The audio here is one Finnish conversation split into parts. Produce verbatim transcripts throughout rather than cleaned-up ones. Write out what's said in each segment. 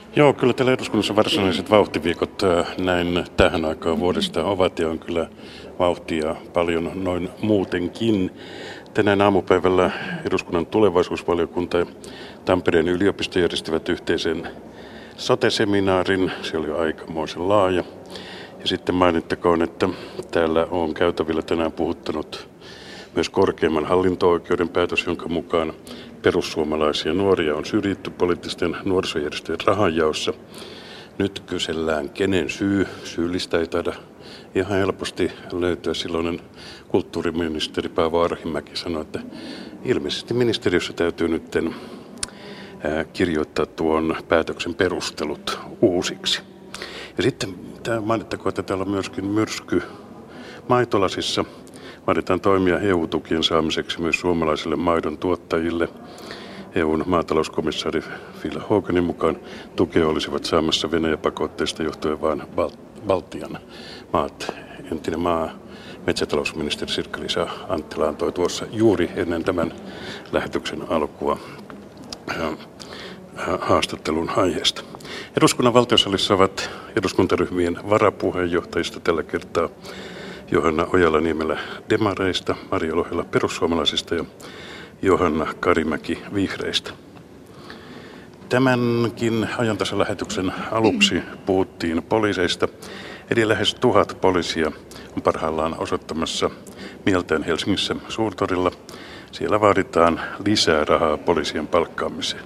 Joo, kyllä täällä eduskunnassa varsinaiset vauhtiviikot näin tähän aikaan vuodesta ovat ja on kyllä vauhtia paljon noin muutenkin. Tänään aamupäivällä eduskunnan tulevaisuusvaliokunta ja Tampereen yliopisto järjestivät yhteisen sote-seminaarin. Se oli aikamoisen laaja. Ja sitten mainittakoon, että täällä on käytävillä tänään puhuttanut myös korkeimman hallinto-oikeuden päätös, jonka mukaan perussuomalaisia nuoria on syrjitty poliittisten nuorisojärjestöjen rahanjaossa. Nyt kysellään, kenen syy. Syyllistä ei taida ihan helposti löytyä. Silloinen kulttuuriministeri Paavo Arhinmäki sanoi, että ilmeisesti ministeriössä täytyy nyt kirjoittaa tuon päätöksen perustelut uusiksi. Ja sitten mainittakoon, että täällä on myöskin myrsky maitolasissa. Vaaditaan toimia E U-tukien saamiseksi myös suomalaisille maidon tuottajille. E U:n maatalouskomissaari Phil Hoganin mukaan tukea olisivat saamassa Venäjä-pakotteista johtuen vain Baltian maat. Entinen maa metsätalousministeri Sirkka-Liisa Anttila antoi tuossa juuri ennen tämän lähetyksen alkua haastattelun aiheesta. Eduskunnan valtiosalissa ovat eduskuntaryhmien varapuheenjohtajista tällä kertaa Johanna Ojala-Niemelä demareista, Maria Lohela perussuomalaisista ja Johanna Karimäki vihreistä. Tämänkin ajantasalähetyksen aluksi puhuttiin poliiseista. Eli lähes tuhat poliisia on parhaillaan osoittamassa mieltään Helsingissä Suurtorilla. Siellä vaaditaan lisää rahaa poliisien palkkaamiseen.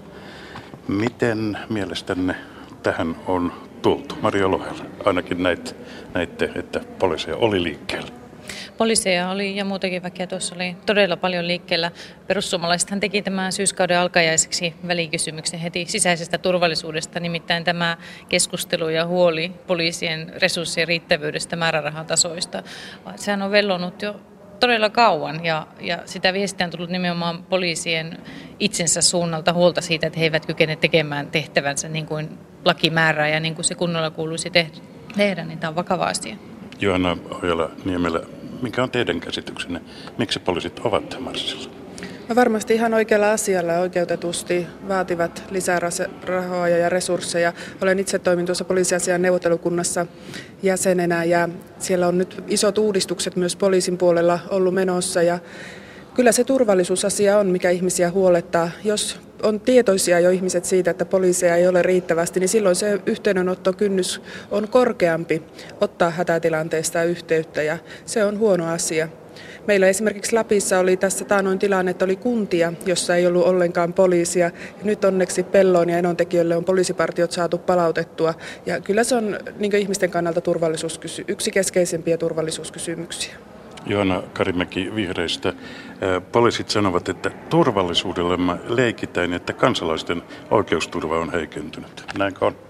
Miten mielestänne tähän on tultu? Maria Lohela, ainakin näit, näitte, että poliiseja oli liikkeellä. Poliiseja oli ja muutakin väkeä tuossa oli todella paljon liikkeellä. Perussuomalaisethan teki tämän syyskauden alkajaiseksi välikysymyksen heti sisäisestä turvallisuudesta, nimittäin tämä keskustelu ja huoli poliisien resurssien riittävyydestä, määrärahan tasoista. Sehän on vellonut jo todella kauan ja, ja sitä viestiä on tullut nimenomaan poliisien itsensä suunnalta huolta siitä, että he eivät kykene tekemään tehtävänsä niin kuin laki määrää ja niin kuin se kunnolla kuuluisi tehdä, niin tämä on vakava asia. Johanna Ojala-Niemelä, mikä on teidän käsityksenne? Miksi poliisit ovat marssilla? No varmasti ihan oikealla asialla oikeutetusti vaativat lisää rahaa ja resursseja. Olen itse toimin tuossa poliisiasian neuvottelukunnassa jäsenenä ja siellä on nyt isot uudistukset myös poliisin puolella ollut menossa. Ja kyllä se turvallisuusasia on, mikä ihmisiä huolettaa. Jos on tietoisia jo ihmiset siitä, että poliiseja ei ole riittävästi, niin silloin se yhteydenottokynnys on korkeampi ottaa hätätilanteesta yhteyttä ja se on huono asia. Meillä esimerkiksi Lapissa oli tässä taanoin tilanne, että oli kuntia, jossa ei ollut ollenkaan poliisia. Nyt onneksi Pelloon ja Enontekijölle on poliisipartiot saatu palautettua. Ja kyllä se on niin ihmisten kannalta turvallisuuskysy- yksi keskeisempiä turvallisuuskysymyksiä. Johanna Karimäki vihreistä. Poliisit sanovat, että turvallisuudella leikitään, että kansalaisten oikeusturva on heikentynyt. Näinkö on?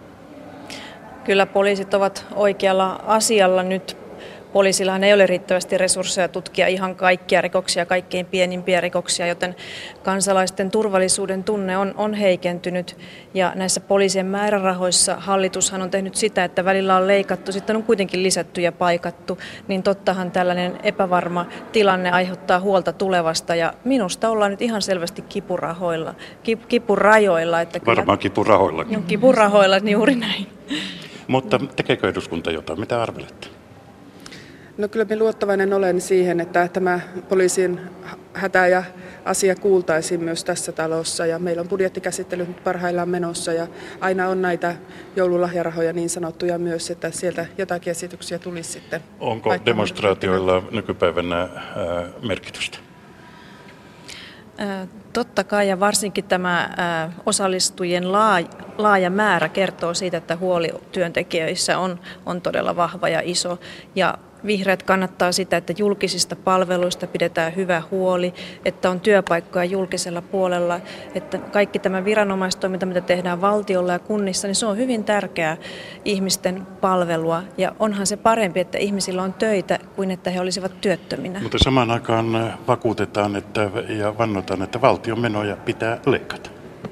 Kyllä poliisit ovat oikealla asialla nyt. Poliisillahan ei ole riittävästi resursseja tutkia ihan kaikkia rikoksia, kaikkein pienimpiä rikoksia, joten kansalaisten turvallisuuden tunne on, on heikentynyt. Ja näissä poliisien määrärahoissa hallitushan on tehnyt sitä, että välillä on leikattu, sitten on kuitenkin lisätty ja paikattu. Niin tottahan tällainen epävarma tilanne aiheuttaa huolta tulevasta ja minusta ollaan nyt ihan selvästi kipurahoilla, kip, kipurajoilla. Että Varmaan kipurahoillakin. Joo, kipurahoilla, niin juuri näin. Mutta tekeekö eduskunta jotain? Mitä arvelette? No kyllä minä luottavainen olen siihen, että tämä poliisin hätä ja asia kuultaisiin myös tässä talossa. Ja meillä on budjettikäsittely nyt parhaillaan menossa ja aina on näitä joululahjarahoja niin sanottuja myös, että sieltä jotakin esityksiä tulisi sitten. Onko demonstraatioilla nykypäivänä ää, merkitystä? Totta kai ja varsinkin tämä osallistujien laaja määrä kertoo siitä, että huoli työntekijöissä on, on todella vahva ja iso. Ja vihreät kannattaa sitä, että julkisista palveluista pidetään hyvä huoli, että on työpaikkoja julkisella puolella, että kaikki tämä viranomaistoiminta, mitä tehdään valtiolla ja kunnissa, niin se on hyvin tärkeää ihmisten palvelua. Ja onhan se parempi, että ihmisillä on töitä kuin että he olisivat työttöminä. Mutta samaan aikaan vakuutetaan että, ja vannotaan, että valtion menoja pitää leikata.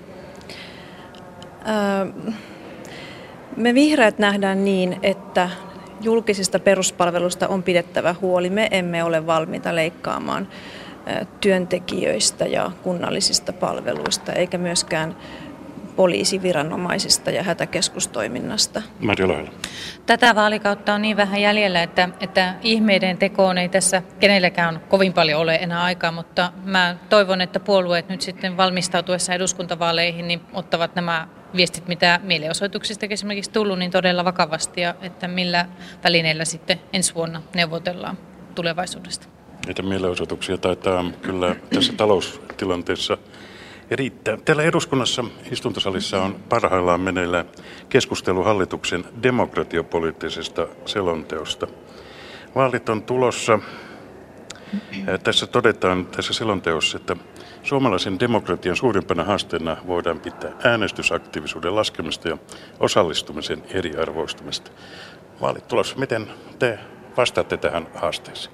Öö, me vihreät nähdään niin, että julkisista peruspalveluista on pidettävä huoli. Me emme ole valmiita leikkaamaan työntekijöistä ja kunnallisista palveluista, eikä myöskään poliisiviranomaisista ja hätäkeskustoiminnasta. Marja Lohela. Tätä vaalikautta on niin vähän jäljellä, että, että ihmeiden tekoon ei tässä kenelläkään kovin paljon ole enää aikaa, mutta mä toivon, että puolueet nyt sitten valmistautuessa eduskuntavaaleihin niin ottavat nämä viestit, mitä mielenosoituksista esimerkiksi tullut, niin todella vakavasti ja että millä välineillä sitten ensi vuonna neuvotellaan tulevaisuudesta. Niitä mielenosoituksia taitaa kyllä tässä taloustilanteessa riittää. Täällä eduskunnassa istuntosalissa on parhaillaan meneillään keskustelu hallituksen demokratiopoliittisesta selonteosta. Vaalit on tulossa. Tässä todetaan tässä selonteossa, että suomalaisen demokratian suurimpana haasteena voidaan pitää äänestysaktiivisuuden laskemista ja osallistumisen eriarvoistumista. Vaalit tulossa. Miten te vastaatte tähän haasteeseen?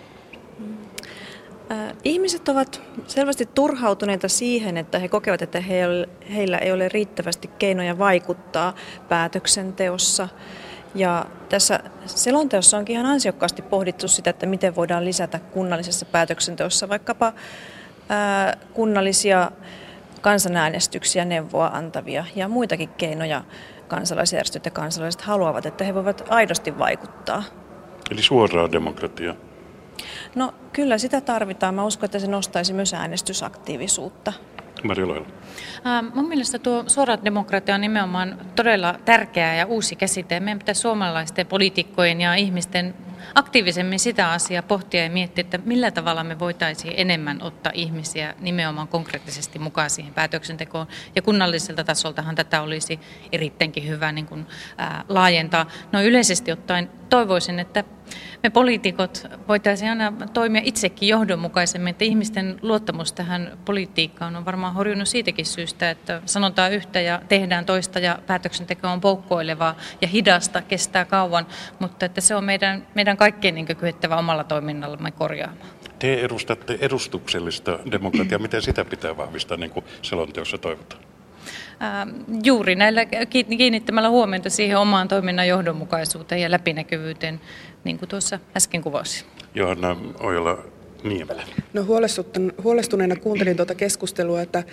Ihmiset ovat selvästi turhautuneita siihen, että he kokevat, että heillä ei ole riittävästi keinoja vaikuttaa päätöksenteossa. Ja tässä selonteossa onkin ihan ansiokkaasti pohdittu sitä, että miten voidaan lisätä kunnallisessa päätöksenteossa vaikkapa ää, kunnallisia kansanäänestyksiä, neuvoa antavia ja muitakin keinoja kansalaisjärjestöt ja kansalaiset haluavat, että he voivat aidosti vaikuttaa. Eli suoraa demokratiaa. No kyllä sitä tarvitaan. Mä uskon, että se nostaisi myös äänestysaktiivisuutta. Marja Lohela. Mun mielestä tuo suora demokratia on nimenomaan todella tärkeä ja uusi käsite. Meidän pitää suomalaisten poliitikkojen ja ihmisten aktiivisemmin sitä asiaa pohtia ja miettiä, että millä tavalla me voitaisiin enemmän ottaa ihmisiä nimenomaan konkreettisesti mukaan siihen päätöksentekoon. Ja kunnalliselta tasoltahan tätä olisi erittäinkin hyvä niin kuin, ää, laajentaa. No yleisesti ottaen toivoisin, että me poliitikot voitaisiin aina toimia itsekin johdonmukaisemmin, että ihmisten luottamus tähän politiikkaan on varmaan horjunut siitäkin syystä, että sanotaan yhtä ja tehdään toista ja päätöksenteko on poukkoilevaa ja hidasta, kestää kauan, mutta että se on meidän, meidän kaikkien niin kyettävä omalla toiminnallamme korjaamaan. Te edustatte edustuksellista demokratiaa. Miten sitä pitää vahvistaa, niin kuin selonteossa toivotaan? Juuri näillä kiinnittämällä huomiota siihen omaan toiminnan johdonmukaisuuteen ja läpinäkyvyyteen, niin kuin tuossa äsken kuvasin. Johanna Ojala-Niemelä. No huolestuneena kuuntelin tuota keskustelua, että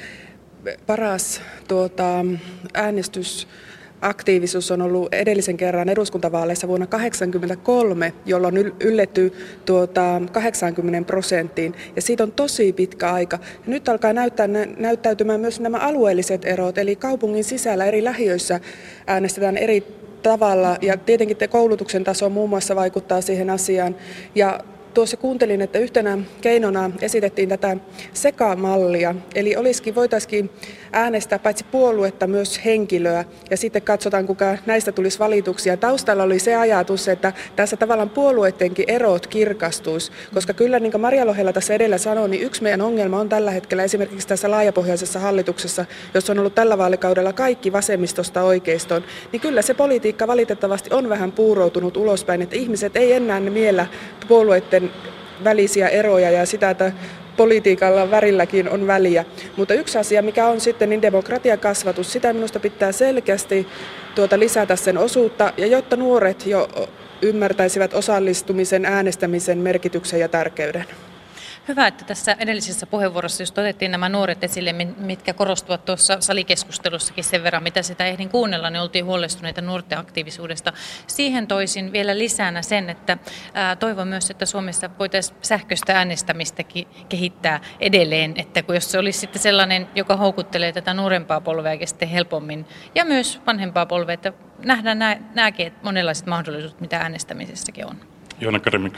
paras tuota, äänestys aktiivisuus on ollut edellisen kerran eduskuntavaaleissa vuonna tuhatyhdeksänsataakahdeksankymmentäkolme, jolloin ylletty tuota kahdeksankymmentä prosenttiin. Ja siitä on tosi pitkä aika. Ja nyt alkaa näyttää, näyttäytymään myös nämä alueelliset erot, eli kaupungin sisällä eri lähiöissä äänestetään eri tavalla. Ja tietenkin koulutuksen taso muun muassa vaikuttaa siihen asiaan. Ja tuossa kuuntelin, että yhtenä keinona esitettiin tätä sekamallia, eli olisikin, voitaisiin äänestää paitsi puoluetta myös henkilöä, ja sitten katsotaan, kuka näistä tulisi valituksia. Taustalla oli se ajatus, että tässä tavallaan puolueidenkin erot kirkastuisi, koska kyllä, niin kuin Marja Lohela tässä edellä sanoi, niin yksi meidän ongelma on tällä hetkellä esimerkiksi tässä laajapohjaisessa hallituksessa, jossa on ollut tällä vaalikaudella kaikki vasemmistosta oikeistoon, niin kyllä se politiikka valitettavasti on vähän puuroutunut ulospäin, että ihmiset ei enää miellä puolueiden välisiä eroja ja sitä, että politiikalla värilläkin on väliä. Mutta yksi asia, mikä on sitten niin demokratiakasvatus, sitä minusta pitää selkeästi tuota lisätä sen osuutta, ja jotta nuoret jo ymmärtäisivät osallistumisen, äänestämisen merkityksen ja tärkeyden. Hyvä, että tässä edellisessä puheenvuorossa just otettiin nämä nuoret esille, mitkä korostuvat tuossa salikeskustelussakin sen verran, mitä sitä ehdin kuunnella, niin oltiin huolestuneita nuorten aktiivisuudesta. Siihen toisin vielä lisänä sen, että ää, toivon myös, että Suomessa voitaisiin sähköistä äänestämistäkin kehittää edelleen, että kun jos se olisi sitten sellainen, joka houkuttelee tätä nuorempaa polvea sitten helpommin ja myös vanhempaa polvea, että nähdään nää, nämäkin monenlaiset mahdollisuudet, mitä äänestämisessäkin on. Joona Karimik.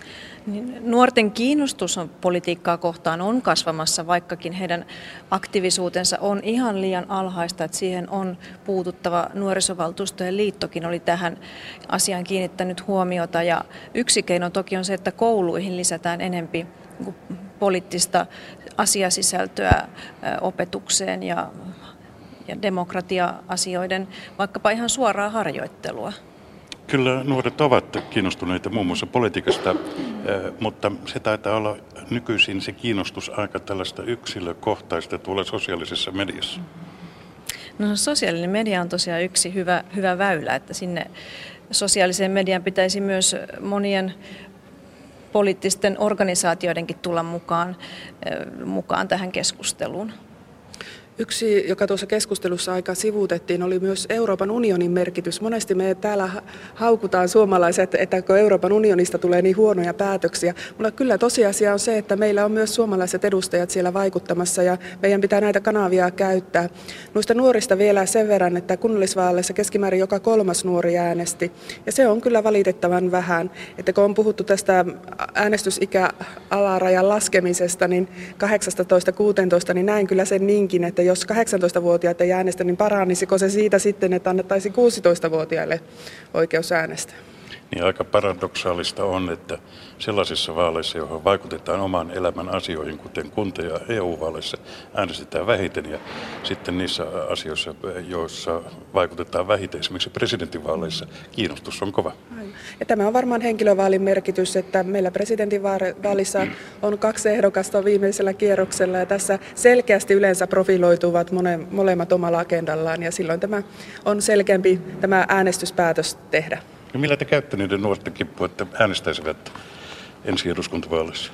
Nuorten kiinnostus politiikkaa kohtaan on kasvamassa, vaikkakin heidän aktiivisuutensa on ihan liian alhaista, että siihen on puututtava. Nuorisovaltuustojen liittokin oli tähän asiaan kiinnittänyt huomiota, ja yksi keino toki on se, että kouluihin lisätään enempi poliittista asiasisältöä opetukseen ja, ja demokratia-asioiden vaikkapa ihan suoraa harjoittelua. Kyllä nuoret ovat kiinnostuneita muun muassa politiikasta, mutta se taitaa olla nykyisin se kiinnostus aika tällaista yksilökohtaista tuolla sosiaalisessa mediassa. No, sosiaalinen media on tosiaan yksi hyvä, hyvä väylä, että sinne sosiaaliseen mediaan pitäisi myös monien poliittisten organisaatioidenkin tulla mukaan, mukaan tähän keskusteluun. Yksi, joka tuossa keskustelussa aika sivuutettiin, oli myös Euroopan unionin merkitys. Monesti me täällä haukutaan suomalaiset, että kun Euroopan unionista tulee niin huonoja päätöksiä. Mutta kyllä tosiasia on se, että meillä on myös suomalaiset edustajat siellä vaikuttamassa ja meidän pitää näitä kanavia käyttää. Noista nuorista vielä sen verran, että kunnallisvaaleissa keskimäärin joka kolmas nuori äänesti. Ja se on kyllä valitettavan vähän. Että kun on puhuttu tästä äänestysikä-alarajan laskemisesta, niin kahdeksastatoista kuuteentoista, niin näin kyllä sen niinkin, että jos kahdeksantoistavuotiaat ei äänestä, niin parannisiko se siitä sitten, että annettaisiin kuusitoistavuotiaille oikeus äänestää? Niin aika paradoksaalista on, että sellaisissa vaaleissa, joihin vaikutetaan oman elämän asioihin, kuten kunta- ja E U-vaaleissa, äänestetään vähiten ja sitten niissä asioissa, joissa vaikutetaan vähiten, esimerkiksi presidentinvaaleissa, kiinnostus on kova. Ja tämä on varmaan henkilövaalin merkitys, että meillä presidentinvaalissa on kaksi ehdokasta viimeisellä kierroksella ja tässä selkeästi yleensä profiloituvat mone, molemmat omalla agendallaan ja silloin tämä on selkeämpi tämä äänestyspäätös tehdä. Ja millä te käytte niiden nuorten kippua, että äänestäisivät ensi eduskuntavaaleissa?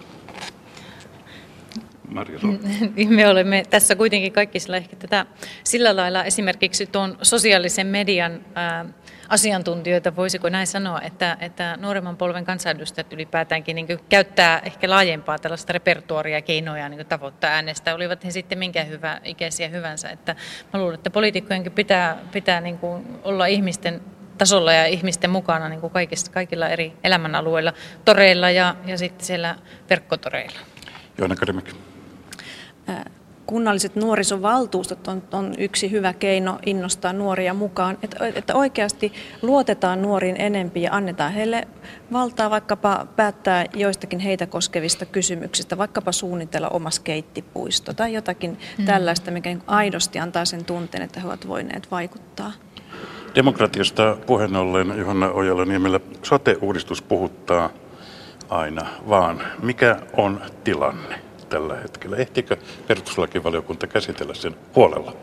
Marja Sola. Me olemme tässä kuitenkin kaikki sillä, ehkä tätä, sillä lailla esimerkiksi tuon sosiaalisen median ää, asiantuntijoita, voisiko näin sanoa, että, että nuoremman polven kansanedustajat ylipäätäänkin niin käyttää ehkä laajempaa tällaista repertuaria ja keinoja niin tavoittaa äänestä, olivat he sitten minkä hyvä ikäisiä hyvänsä. Että mä luulen, että poliitikkojenkin pitää, pitää niin kuin olla ihmisten tasolla ja ihmisten mukana niin kuin kaikissa, kaikilla eri elämänalueilla, toreilla ja, ja sitten siellä verkkotoreilla. Joona Karimäki. Kunnalliset nuorisovaltuustot on, on yksi hyvä keino innostaa nuoria mukaan, että, että oikeasti luotetaan nuoriin enempi ja annetaan heille valtaa vaikkapa päättää joistakin heitä koskevista kysymyksistä, vaikkapa suunnitella oma skeittipuisto tai jotakin mm. tällaista, mikä aidosti antaa sen tunteen, että he ovat voineet vaikuttaa. Demokratiasta puheen ollen Johanna Ojala-Niemelä, sote-uudistus puhuttaa aina, vaan mikä on tilanne tällä hetkellä? Ehtikö perustuslakivaliokunta käsitellä sen huolella?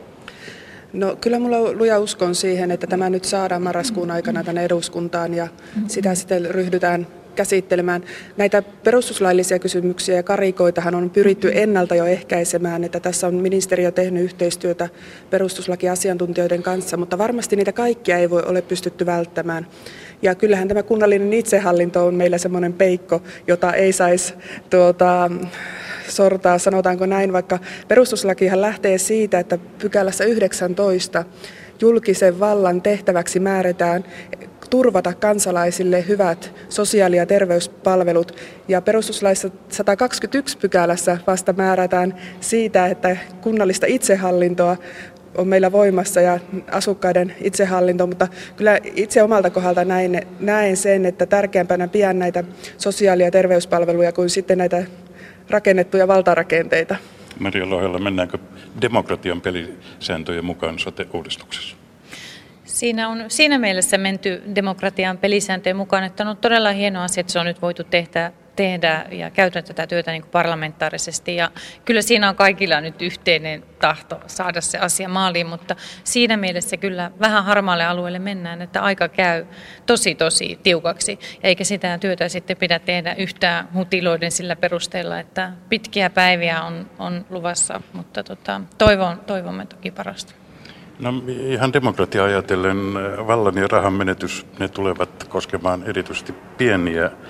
No kyllä minulla on luja uskon siihen, että tämä nyt saadaan marraskuun aikana tänne eduskuntaan ja sitä sitten ryhdytään käsittelemään. Näitä perustuslaillisia kysymyksiä ja karikoitahan on pyritty ennalta jo ehkäisemään, että tässä on ministeriö tehnyt yhteistyötä perustuslakiasiantuntijoiden kanssa, mutta varmasti niitä kaikkia ei voi ole pystytty välttämään. Ja kyllähän tämä kunnallinen itsehallinto on meillä semmoinen peikko, jota ei saisi tuota, sortaa, sanotaanko näin, vaikka perustuslakihan lähtee siitä, että pykälässä yhdeksäntoista julkisen vallan tehtäväksi määrätään turvata kansalaisille hyvät sosiaali- ja terveyspalvelut. Ja perustuslaissa sata kaksikymmentäyksi pykälässä vasta määrätään siitä, että kunnallista itsehallintoa on meillä voimassa ja asukkaiden itsehallinto, mutta kyllä itse omalta kohdalta näin, näen sen, että tärkeämpänä pian näitä sosiaali- ja terveyspalveluja kuin sitten näitä rakennettuja valtarakenteita. Maria Lohela, mennäänkö demokratian pelisääntöjen mukaan sote-uudistuksessa? Siinä on siinä mielessä menty demokratian pelisääntöjen mukaan, että on todella hieno asia, että se on nyt voitu tehdä, tehdä ja käydä tätä työtä niin kuin parlamentaarisesti. Ja kyllä siinä on kaikilla nyt yhteinen tahto saada se asia maaliin, mutta siinä mielessä kyllä vähän harmaalle alueelle mennään, että aika käy tosi tosi tiukaksi. Eikä sitä työtä sitten pidä tehdä yhtään hutiloiden sillä perusteella, että pitkiä päiviä on, on luvassa, mutta tota, toivon, toivomme toki parasta. No ihan demokratia ajatellen vallan ja rahan menetys, ne tulevat koskemaan erityisesti pieniä ää,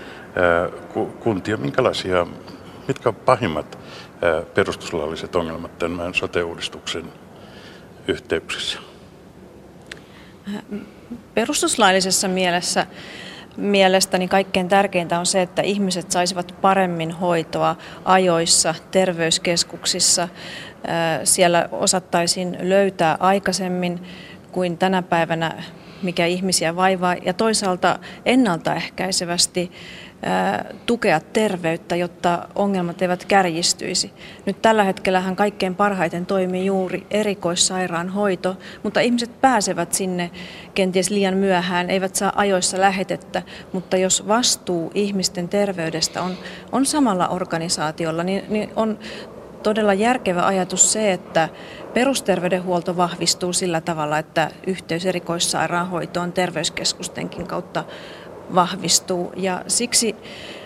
kuntia. Minkälaisia, mitkä on pahimmat ää, perustuslailliset ongelmat tämän sote-uudistuksen yhteyksissä? Perustuslaillisessa mielessä mielestäni kaikkein tärkeintä on se, että ihmiset saisivat paremmin hoitoa ajoissa terveyskeskuksissa. Siellä osattaisiin löytää aikaisemmin kuin tänä päivänä, mikä ihmisiä vaivaa, ja toisaalta ennaltaehkäisevästi tukea terveyttä, jotta ongelmat eivät kärjistyisi. Nyt tällä hetkellähän kaikkein parhaiten toimii juuri erikoissairaanhoito, mutta ihmiset pääsevät sinne kenties liian myöhään, eivät saa ajoissa lähetettä, mutta jos vastuu ihmisten terveydestä on, on samalla organisaatiolla, niin, niin on todella järkevä ajatus se, että perusterveydenhuolto vahvistuu sillä tavalla, että yhteys erikoissairaanhoitoon terveyskeskustenkin kautta vahvistuu. Ja siksi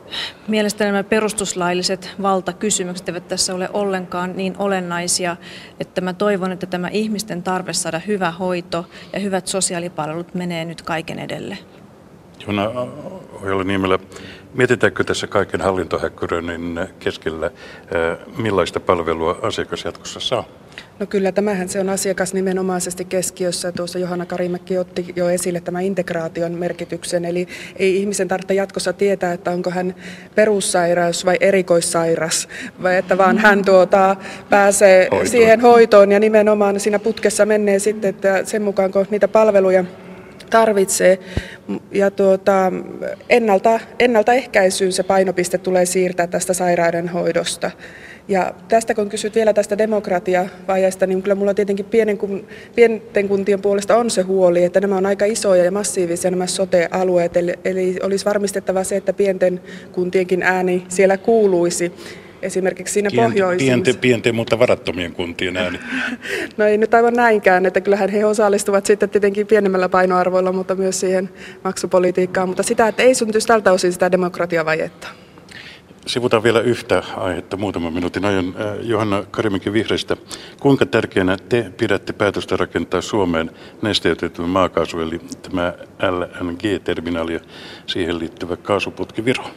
Mielestäni nämä perustuslailliset valtakysymykset eivät tässä ole ollenkaan niin olennaisia, että mä toivon, että tämä ihmisten tarve saada hyvä hoito ja hyvät sosiaalipalvelut menee nyt kaiken edelle. Joona Ojala-Niemelä, mietitäänkö tässä kaiken hallintohäkkyröinnin keskellä, millaista palvelua asiakas jatkossa saa? No kyllä, tämähän se on asiakas nimenomaisesti keskiössä. Tuossa Johanna Karimäki otti jo esille tämän integraation merkityksen. Eli ei ihmisen tarvitse jatkossa tietää, että onko hän perussairaus vai erikoissairas, vai että vaan hän tuota, pääsee hoitoon. siihen hoitoon ja nimenomaan siinä putkessa menee sitten, että sen mukaan kun niitä palveluja tarvitsee. Ja tuota, ennalta, ennaltaehkäisyyn se painopiste tulee siirtää tästä sairaudenhoidosta. Ja tästä kun kysyt vielä tästä demokratiavajeesta, niin kyllä mulla tietenkin pienen kun, pienten kuntien puolesta on se huoli, että nämä on aika isoja ja massiivisia nämä sote-alueet, eli, eli olisi varmistettava se, että pienten kuntienkin ääni siellä kuuluisi. Esimerkiksi siinä pienten, pohjoisimmassa. Pienten, pienten, mutta varattomien kuntien ääni. No ei nyt aivan näinkään, että kyllähän he osallistuvat sitten tietenkin pienemmällä painoarvoilla, mutta myös siihen maksupolitiikkaan. Mutta sitä, että ei syntyisi tältä osin sitä demokratiavajetta. Sivutaan vielä yhtä aihetta muutaman minuutin ajan. Johanna Karimäki Vihreistä, kuinka tärkeänä te pidätte päätöstä rakentaa Suomeen nesteytetyn maakaasu, eli tämä L N G-terminaali ja siihen liittyvä kaasuputki Viroon?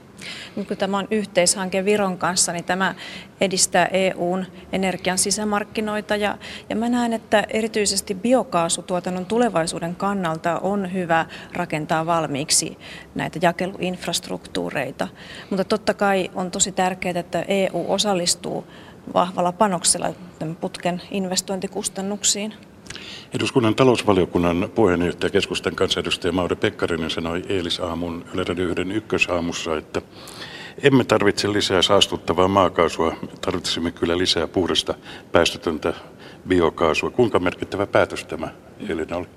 Kun tämä on yhteishanke Viron kanssa, niin tämä edistää E U:n energian sisämarkkinoita. Ja, ja mä näen, että erityisesti biokaasutuotannon tulevaisuuden kannalta on hyvä rakentaa valmiiksi näitä jakeluinfrastruktuureita. Mutta totta kai on tosi tärkeää, että E U osallistuu vahvalla panoksella tämän putken investointikustannuksiin. Eduskunnan talousvaliokunnan puheenjohtaja keskustan kansanedustaja Mauri Pekkarinen sanoi eilisaamun Yle Radio yhden ykkösaamussa, että emme tarvitse lisää saastuttavaa maakaasua, tarvitsemme kyllä lisää puhdasta päästötöntä biokaasua. Kuinka merkittävä päätös tämä eilen oli?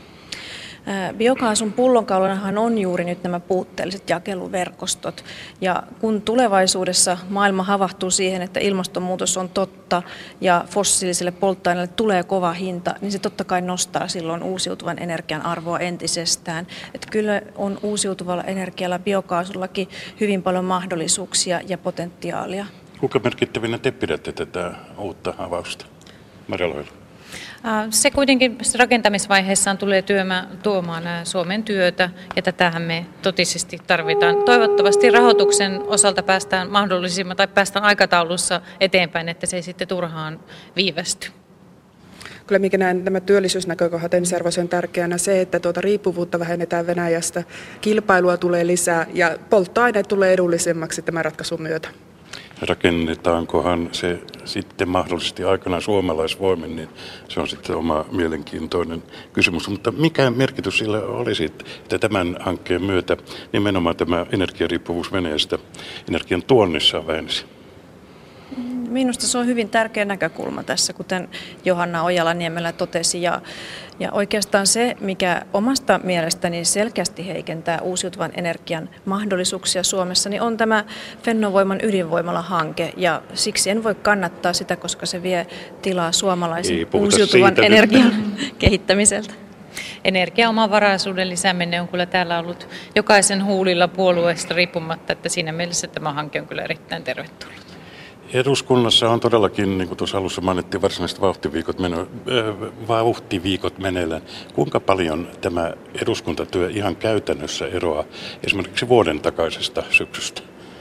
Biokaasun pullonkaulanahan on juuri nyt nämä puutteelliset jakeluverkostot. Ja kun tulevaisuudessa maailma havahtuu siihen, että ilmastonmuutos on totta ja fossiilisille polttoaineille tulee kova hinta, niin se totta kai nostaa silloin uusiutuvan energian arvoa entisestään. Että kyllä on uusiutuvalla energialla, biokaasullakin hyvin paljon mahdollisuuksia ja potentiaalia. Kuinka merkittävinä te pidätte tätä uutta avausta? Marja Lohela. Se kuitenkin rakentamisvaiheessaan tulee työmä, tuomaan Suomen työtä ja tätähän me totisesti tarvitaan. Toivottavasti rahoituksen osalta päästään mahdollisimman tai päästään aikataulussa eteenpäin, että se ei sitten turhaan viivästy. Kyllä mikä näen nämä työllisyysnäkökohdat ensiarvoisen tärkeänä se, että tuota riippuvuutta vähennetään Venäjästä, kilpailua tulee lisää ja polttoaineet tulee edullisemmaksi tämän ratkaisun myötä. Rakennetaankohan se sitten mahdollisesti aikanaan suomalaisvoimin, niin se on sitten oma mielenkiintoinen kysymys. Mutta mikä merkitys sillä olisi, että tämän hankkeen myötä nimenomaan tämä energiariippuvuus Venäjästä energian tuonnissa vähenisi? Minusta se on hyvin tärkeä näkökulma tässä, kuten Johanna Ojala-Niemelä totesi. Ja, ja oikeastaan se, mikä omasta mielestäni selkeästi heikentää uusiutuvan energian mahdollisuuksia Suomessa, niin on tämä Fennovoiman ydinvoimala-hanke. Ja siksi en voi kannattaa sitä, koska se vie tilaa suomalaisen uusiutuvan energian kehittämiseltä. Energiaomavaraisuuden lisääminen on kyllä täällä ollut jokaisen huulilla puolueesta riippumatta, että siinä mielessä tämä hanke on kyllä erittäin tervetullut. Eduskunnassa on todellakin, niin kuin tuossa alussa mainittiin, varsinaiset vauhtiviikot, meno, äh, vauhtiviikot meneillään. Kuinka paljon tämä eduskuntatyö ihan käytännössä eroaa esimerkiksi vuoden takaisesta syksystä?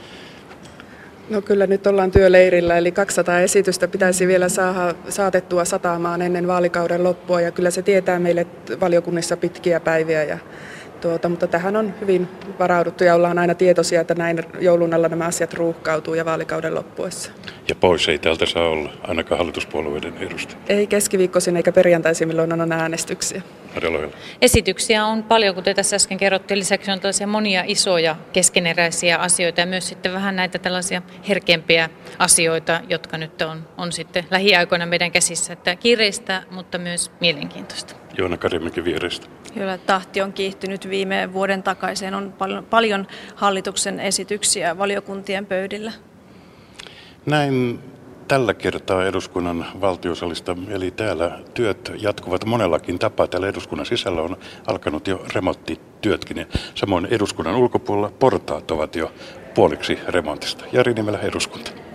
No kyllä nyt ollaan työleirillä, eli kaksisataa esitystä pitäisi vielä saada saatettua satamaan ennen vaalikauden loppua, ja kyllä se tietää meille valiokunnissa pitkiä päiviä. Ja Tuota, mutta tähän on hyvin varauduttu ja ollaan aina tietoisia, että näin joulun alla nämä asiat ruuhkautuu ja vaalikauden loppuessa. Ja pois ei täältä saa olla, ainakaan hallituspuolueiden edusta. Ei keskiviikkoisin eikä perjantaisin, milloin on äänestyksiä. Esityksiä on paljon, kuten tässä äsken kerrottiin. Lisäksi on tällaisia monia isoja keskeneräisiä asioita ja myös sitten vähän näitä tällaisia herkempiä asioita, jotka nyt on, on sitten lähiaikoina meidän käsissä. Että kiireistä, mutta myös mielenkiintoista. Joona Karimäki Vihreistä. Kyllä, tahti on kiihtynyt viime vuoden takaiseen. On paljon, paljon hallituksen esityksiä valiokuntien pöydillä. Näin tällä kertaa eduskunnan valtiosalista, eli täällä työt jatkuvat monellakin tapaa. Täällä eduskunnan sisällä on alkanut jo remonttityötkin. Samoin eduskunnan ulkopuolella portaat ovat jo puoliksi remontista. Jari Nimelä, eduskunta.